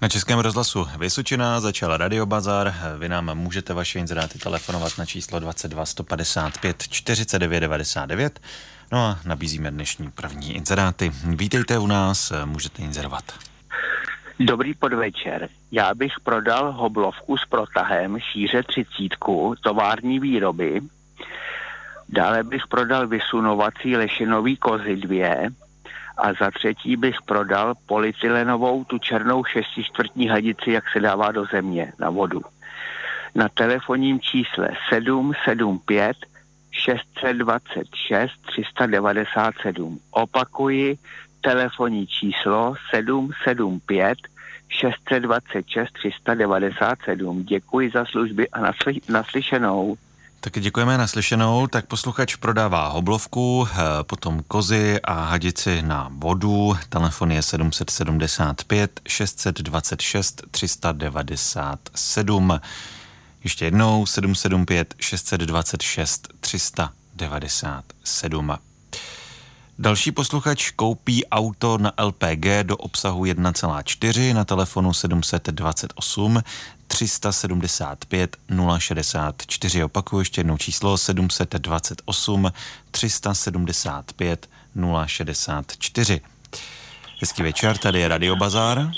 Na Českém rozhlasu Vysočina začal Radiobazar. Vy nám můžete vaše inzeráty telefonovat na číslo 22 155 49 99. No a nabízíme dnešní první inzeráty. Vítejte u nás, můžete inzerovat. Dobrý podvečer. Já bych prodal hoblovku s protahem šíře 30, tovární výroby. Dále bych prodal vysunovací lešinový kozy 2. A za třetí bych prodal polytylenovou tu černou 6/4 hadici, jak se dává do země, na vodu. Na telefonním čísle 775 626 397. Opakuji, telefonní číslo 775 626 397. Děkuji za služby a naslyšenou. Tak děkujeme, naslyšenou. Tak posluchač prodává hoblovku, potom kozy a hadici na vodu. Telefon je 775 626 397. Ještě jednou 775 626 397. Další posluchač koupí auto na LPG do obsahu 1,4 na telefonu 728 375 064. Opakuju ještě jednou číslo 728 375 064. Hezký večer, tady je Radiobazar.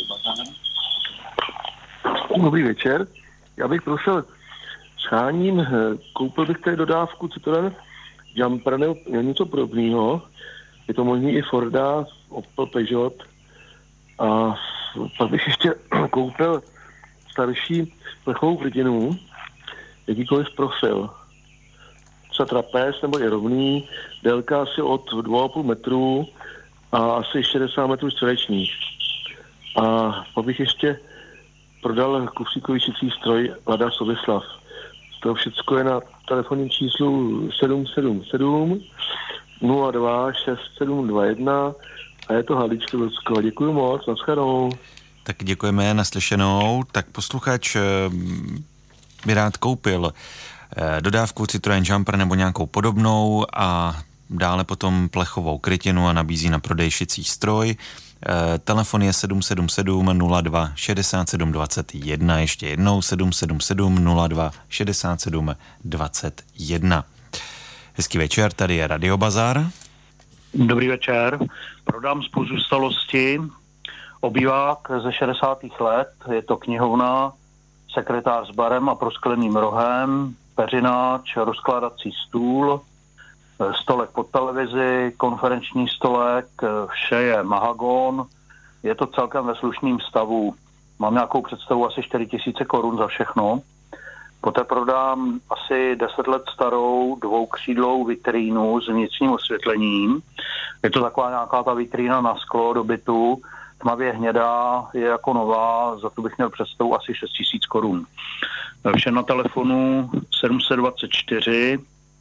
Dobrý večer. Já bych prosil sháním, koupil bych tady dodávku Citroen Jumper nebo něco podobného. Je to možný i Forda, Opel, Peugeot. A pak bych ještě koupil starší plechovou krytinu, jakýkoliv profil. Třeba trapez nebo i rovný, délka asi od 2,5 metru a asi 60 metrů čtverečních. A pak bych ještě prodal kufříkový šicí stroj Lada Sobislav. To všechno je na telefonním číslu 777 02 6721 a je to Haličko Lucko. Děkuji moc, nashledanou. Tak děkujeme, naslyšenou. Tak posluchač by rád koupil dodávku Citroen Jumper nebo nějakou podobnou a dále potom plechovou krytinu a nabízí na prodej šicí stroj. Telefon je 777 02 67 21. Ještě jednou 777 02 67 21. Hezký večer, tady je Radiobazar. Dobrý večer. Prodám z pozůstalosti obývák ze 60. let. Je to knihovna, sekretář s barem a proskleným rohem, peřináč, rozkládací stůl, stolek pod televizi, konferenční stolek, vše je mahagon. Je to celkem ve slušném stavu. Mám nějakou představu asi 4 000 korun za všechno. Poté prodám asi 10 let starou dvoukřídlou vitrínu s vnitřním osvětlením. Je to taková nějaká ta vitrína na sklo do bytu, tmavě hnědá, je jako nová, za to bych měl představu asi 6 000 korun. Vše na telefonu 724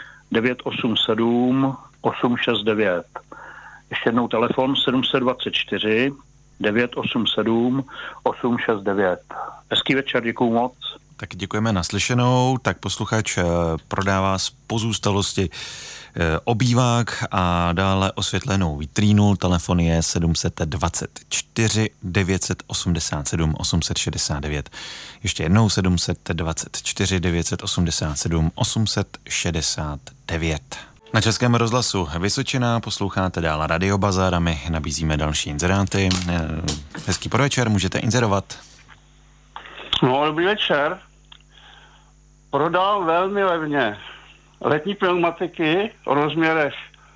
987 869. Ještě jednou telefon 724 987 869. Hezký večer, děkuju moc. Tak děkujeme, naslyšenou. Tak posluchač prodává z pozůstalosti obývák a dále osvětlenou vitrínu. Telefon je 724 987 869. Ještě jednou 724 987 869. Na Českém rozhlasu Vysočina posloucháte dál Radiobazar a my nabízíme další inzeráty. Hezký podvečer, můžete inzerovat. No, dobrý večer. Prodal velmi levně letní pneumatiky o rozměrech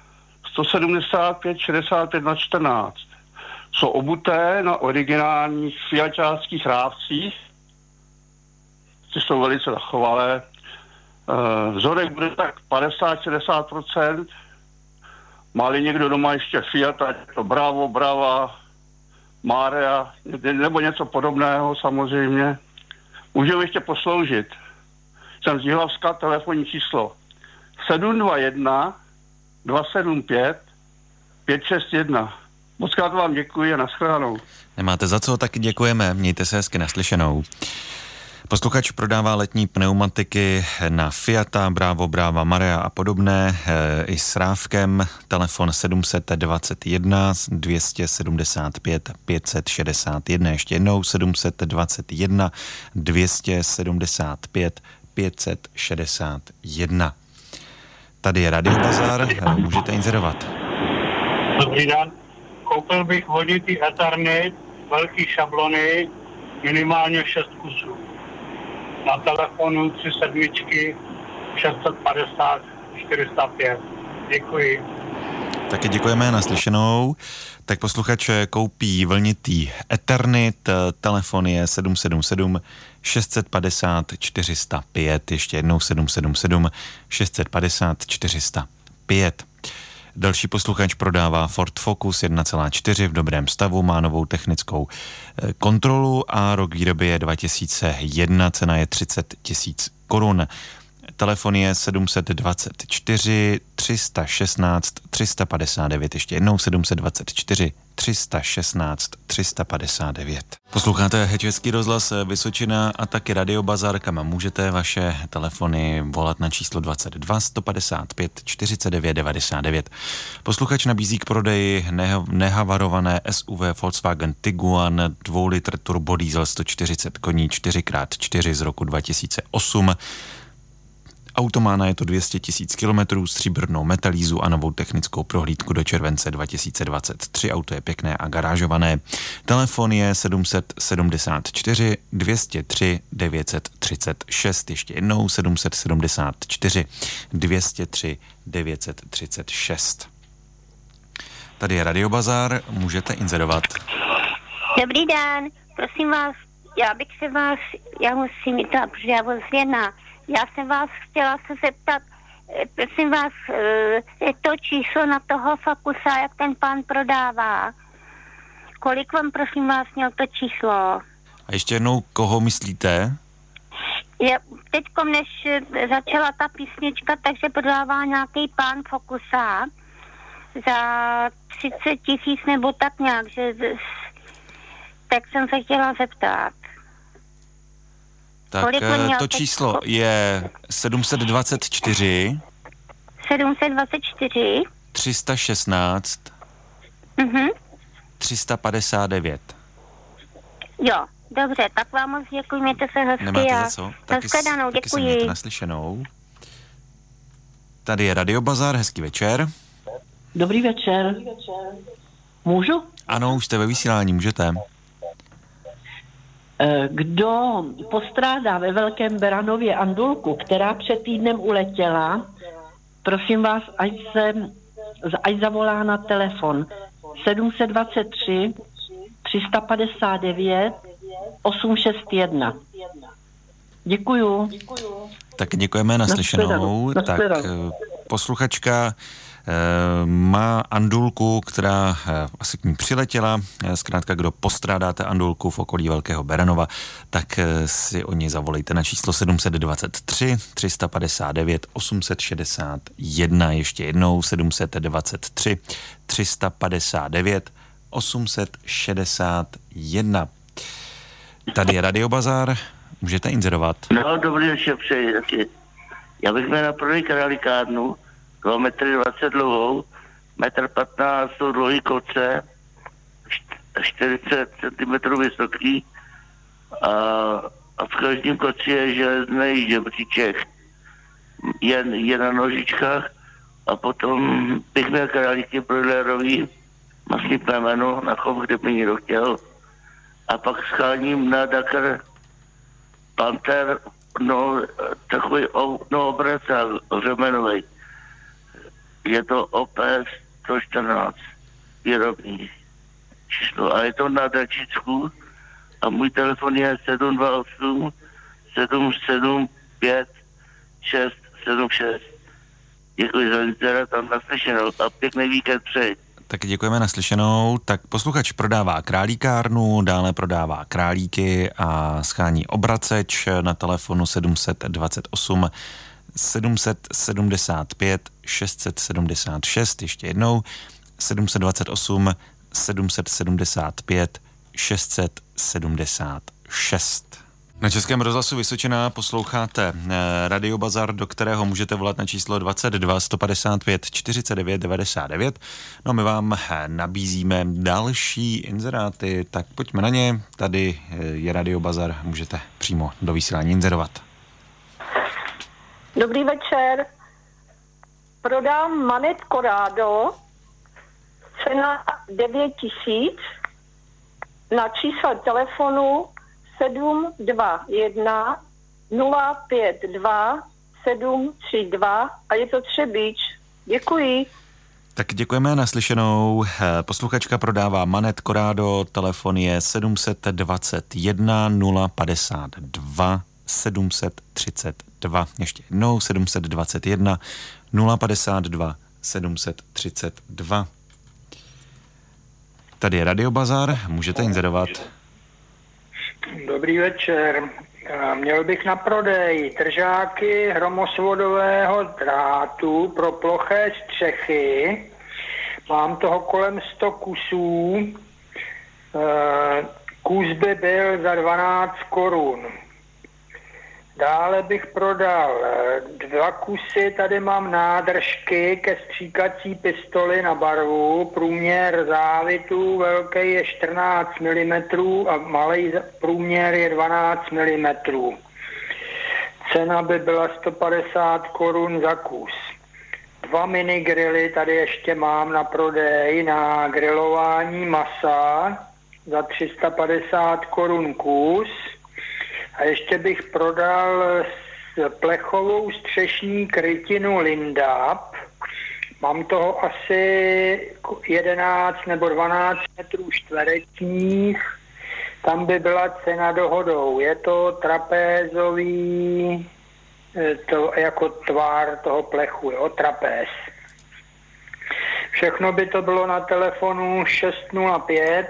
175/65 x 14. Jsou obuté na originálních fiaťáckých rávcích, což jsou velice zachovalé. Vzorek bude tak 50-60%. Má-li někdo doma ještě Fiat, ať to Bravo, Brava, Marea, nebo něco podobného samozřejmě. Můžeme ještě posloužit. Jsem z Jihlavska, telefonní číslo 721 275 561. Mockrát vám děkuji a nashledanou. Nemáte za co, taky děkujeme. Mějte se hezky, naslyšenou. Posluchač prodává letní pneumatiky na Fiata, Bravo, Brava, Maria a podobné i s rávkem. Telefon 721 275 561. Ještě jednou 721 275 561. Tady je Radio Bazar, můžete inzerovat. Dobrý den. Koupil bych voditý Ethernet, velký šablony, minimálně 6 kusů. Na telefonu 37 650 405. Děkuji. Taky děkujeme, naslyšenou. Tak posluchač koupí vlnitý Ethernet, telefon je 777 650 405, ještě jednou 777 650 405. Další posluchač prodává Ford Focus 1,4 v dobrém stavu, má novou technickou kontrolu a rok výroby je 2001, cena je 30 000 korun. Telefon je 724 316 359, ještě jednou 724 316 359. Posloucháte Český rozhlas Vysočina a taky Radio Bazar, kam můžete vaše telefony volat na číslo 22 155 49 99. Posluchač nabízí k prodeji nehavarované SUV Volkswagen Tiguan 2 litr turbodiesel 140 koní 4x4 z roku 2008. Auto má najeto 200 000 kilometrů, stříbrnou metalízu a novou technickou prohlídku do července 2023. Auto je pěkné a garážované. Telefon je 774 203 936. Ještě jednou 774 203 936. Tady je Radio Bazar, můžete inzerovat. Dobrý den, prosím vás, já musím jít, protože já budu zvědná. Já jsem vás chtěla se zeptat, prosím vás, to číslo na toho Focusa, jak ten pán prodává. Kolik vám, prosím vás, měl to číslo? A ještě jednou, koho myslíte? Teďko, než začala ta písnička, takže prodává nějaký pán Focusa za 30 000 nebo tak nějak, že tak jsem se chtěla zeptat. Tak to číslo je 724 316 359. Jo, dobře, tak vám moc děkuji, mějte se hezky. Nemáte za co? Taky děkuji. Se mějte naslyšenou. Tady je Radio Bazar, hezký večer. Dobrý večer. Můžu? Ano, už jste ve vysílání, můžete. Kdo postrádá ve Velkém Beranově Andulku, která před týdnem uletěla, prosím vás, ať zavolá na telefon 723 359 861. Děkuju. Tak děkujeme, naslyšenou. Tak posluchačka má Andulku, která asi k ní přiletěla. Zkrátka, kdo postrádáte Andulku v okolí Velkého Beranova, tak si o ní zavolejte na číslo 723 359 861. Ještě jednou 723 359 861. Tady je Radio Bazar, můžete inzerovat. No, dobrý večer, přeji taky. Já bych měl na prodej kralikárnu 2,20 metry dlouhou, 1,15 m dlouhý koce, 40 cm vysoký a v každém koci je železný žebříček. Je na nožičkách a potom bych měl králíky broilerový, masný plemeno, na chov, kde by někdo chtěl. A pak scháním na Dakar Panther, takový obracák řemenový. Je to OP 114 výrobní číslo a je to na Dačicku a můj telefon je 728 775 676. Děkuji za internet a naslyšenou a pěkný víkend přeji. Tak děkujeme, naslyšenou. Tak posluchač prodává králíkárnu, dále prodává králíky a schání obraceč na telefonu 728 775 676, ještě jednou 728 775 676. Na Českém rozhlasu Vysočina posloucháte Radio Bazar, do kterého můžete volat na číslo 22 155 49 99. No my vám nabízíme další inzeráty, tak pojďme na ně. Tady je Radio Bazar, můžete přímo do vysílání inzerovat. Dobrý večer. Prodám Manet Corrado, cena 9 000, na čísle telefonu 721 052 732 a je to Třebíč. Děkuji. Tak děkujeme, naslyšenou. Posluchačka prodává Manet Corrado, telefon je 721 052 732. Ještě jednou 721 052 732. Tady je Radio Bazar, můžete inzerovat. Dobrý večer. Měl bych na prodej držáky hromosvodového drátu pro ploché střechy. Mám toho kolem 100 kusů. Kus by byl za 12 korun. Dále bych prodal 2 kusy, tady mám nádržky ke stříkací pistoli na barvu, průměr závitu velký je 14 mm a malý průměr je 12 mm. Cena by byla 150 korun za kus. 2 minigrily tady ještě mám na prodej na grilování masa za 350 korun kus. A ještě bych prodal plechovou střešní krytinu Lindab. Mám toho asi 11 nebo 12 metrů čtverečních. Tam by byla cena dohodou. Je to trapézový, to jako tvar toho plechu, jo, trapéz. Všechno by to bylo na telefonu 605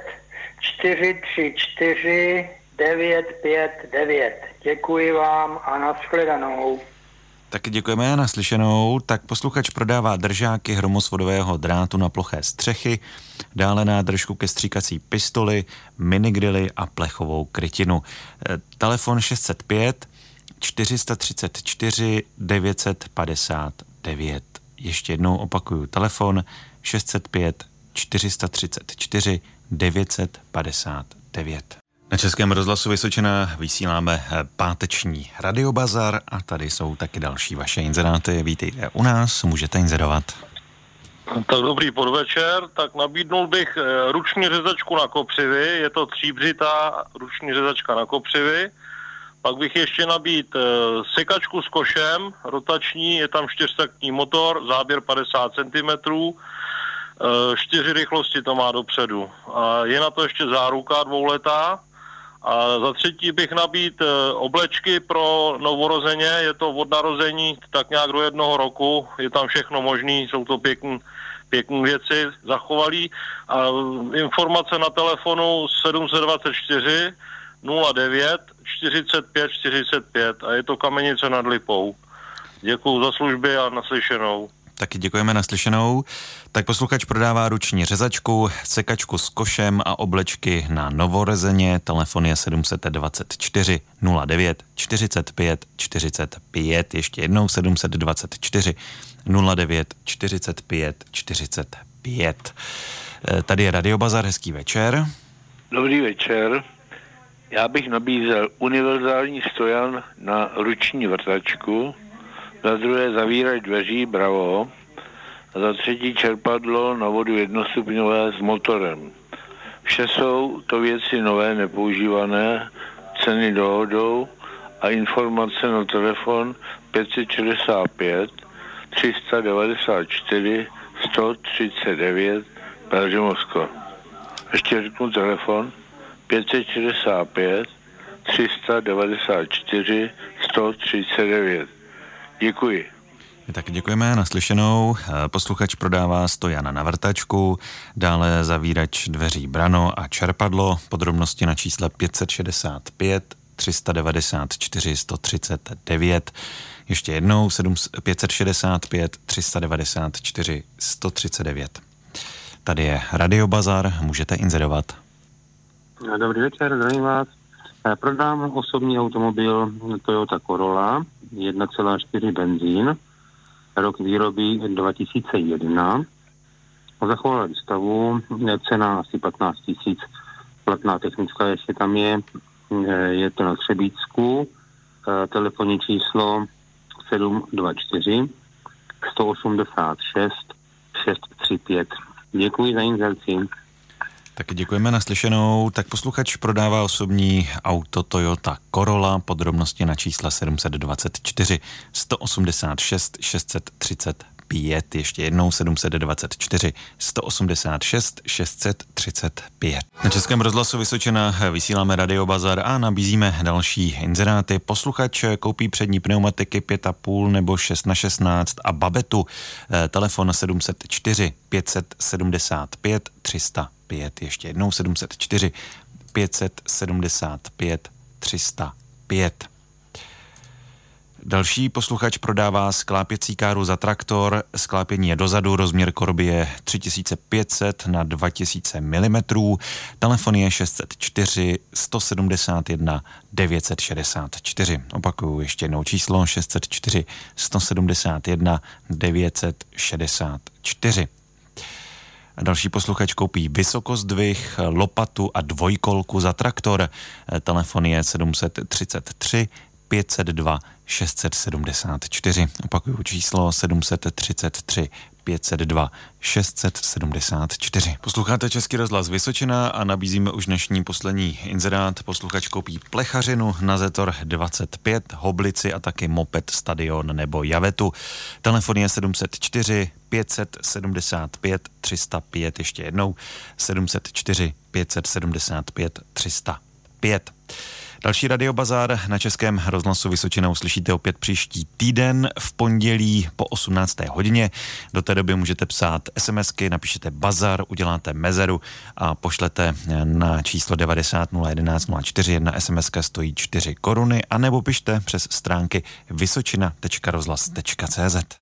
434 959. Děkuji vám a nashledanou. Taky děkujeme, naslyšenou. Tak posluchač prodává držáky hromosvodového drátu na ploché střechy, dále nádržku ke stříkací pistoli, minigrily a plechovou krytinu. Telefon 605 434 959. Ještě jednou opakuju, telefon 605 434 959. Na Českém rozhlasu Vysočina vysíláme páteční Radio Bazar a tady jsou taky další vaše inzeráty. Vítejte u nás, můžete inzerovat. Tak dobrý podvečer, tak nabídnul bych ruční řezačku na kopřivy, je to tříbřitá ruční řezačka na kopřivy. Pak bych ještě nabídl sekačku s košem, rotační, je tam 4taktní motor, záběr 50 cm, 4 rychlosti to má dopředu. A je na to ještě záruka 2letá. A za třetí bych nabídl oblečky pro novorozeně, je to od narození tak nějak do 1 roku, je tam všechno možné, jsou to pěkné věci zachovalý. A informace na telefonu 724 09 45 45 a je to Kamenice nad Lipou. Děkuju za služby a naslyšenou. Taky děkujeme, naslyšenou. Tak posluchač prodává ruční řezačku, sekačku s košem a oblečky na novorozeně. Telefon je 724 09 45 45. Ještě jednou 724 09 45 45. Tady je Radio Bazar, hezký večer. Dobrý večer. Já bych nabízel univerzální stojan na ruční vrtačku, za druhé zavírač dveří, bravo, a za třetí čerpadlo na vodu jednostupňové s motorem. Vše jsou to věci nové, nepoužívané, ceny dohodou a informace na telefon 565 394 139 Pražomorsko. Ještě řeknu telefon 565 394 139. Děkuji. Tak děkujeme, naslyšenou. Posluchač prodává stojana na vrtačku, dále zavírač dveří brano a čerpadlo. Podrobnosti na čísle 565 394 139. Ještě jednou 565 394 139. Tady je Radio Bazar, můžete inzerovat. Dobrý večer, zdravím vás. Prodám osobní automobil Toyota Corolla, 1,4 benzín, rok výroby 2001. Zachovala stavu, cena asi 15 000, platná technická ještě tam je to na Třebíčsku, telefonní číslo 724 186 635. Děkuji za inzerci. Taky děkujeme, naslyšenou. Tak posluchač prodává osobní auto Toyota Corolla, podrobnosti na čísla 724 186 635. Ještě jednou 724 186 635. Na Českém rozhlasu Vysočina vysíláme Radio Bazar a nabízíme další inzeráty. Posluchač koupí přední pneumatiky 5,5 nebo 6x16 a babetu. Telefon 704 575 305. Ještě jednou 704 575 305. Další posluchač prodává sklápěcí káru za traktor. Sklápění je dozadu, rozměr korby je 3500 na 2000 mm. Telefon je 604 171 964. Opakuju ještě jednou číslo 604 171 964. Další posluchač koupí vysokozdvih, lopatu a dvojkolku za traktor. Telefon je 733 502 674. Opakuju číslo 733 502 674. Posloucháte Český rozhlas Vysočina a nabízíme už dnešní poslední inzerát. Posluchač koupí plechařinu na Zetor 25, hoblici a taky moped Stadion nebo Javetu. Telefon je 704 575 305. Ještě jednou 704 575 305. Další Radio Bazar na Českém rozhlasu Vysočina uslyšíte opět příští týden v pondělí po 18. hodině. Do té doby můžete psát SMSky, napíšete Bazar, uděláte mezeru a pošlete na číslo 90 011 041. SMSka stojí 4 koruny, anebo pište přes stránky vysočina.rozhlas.cz.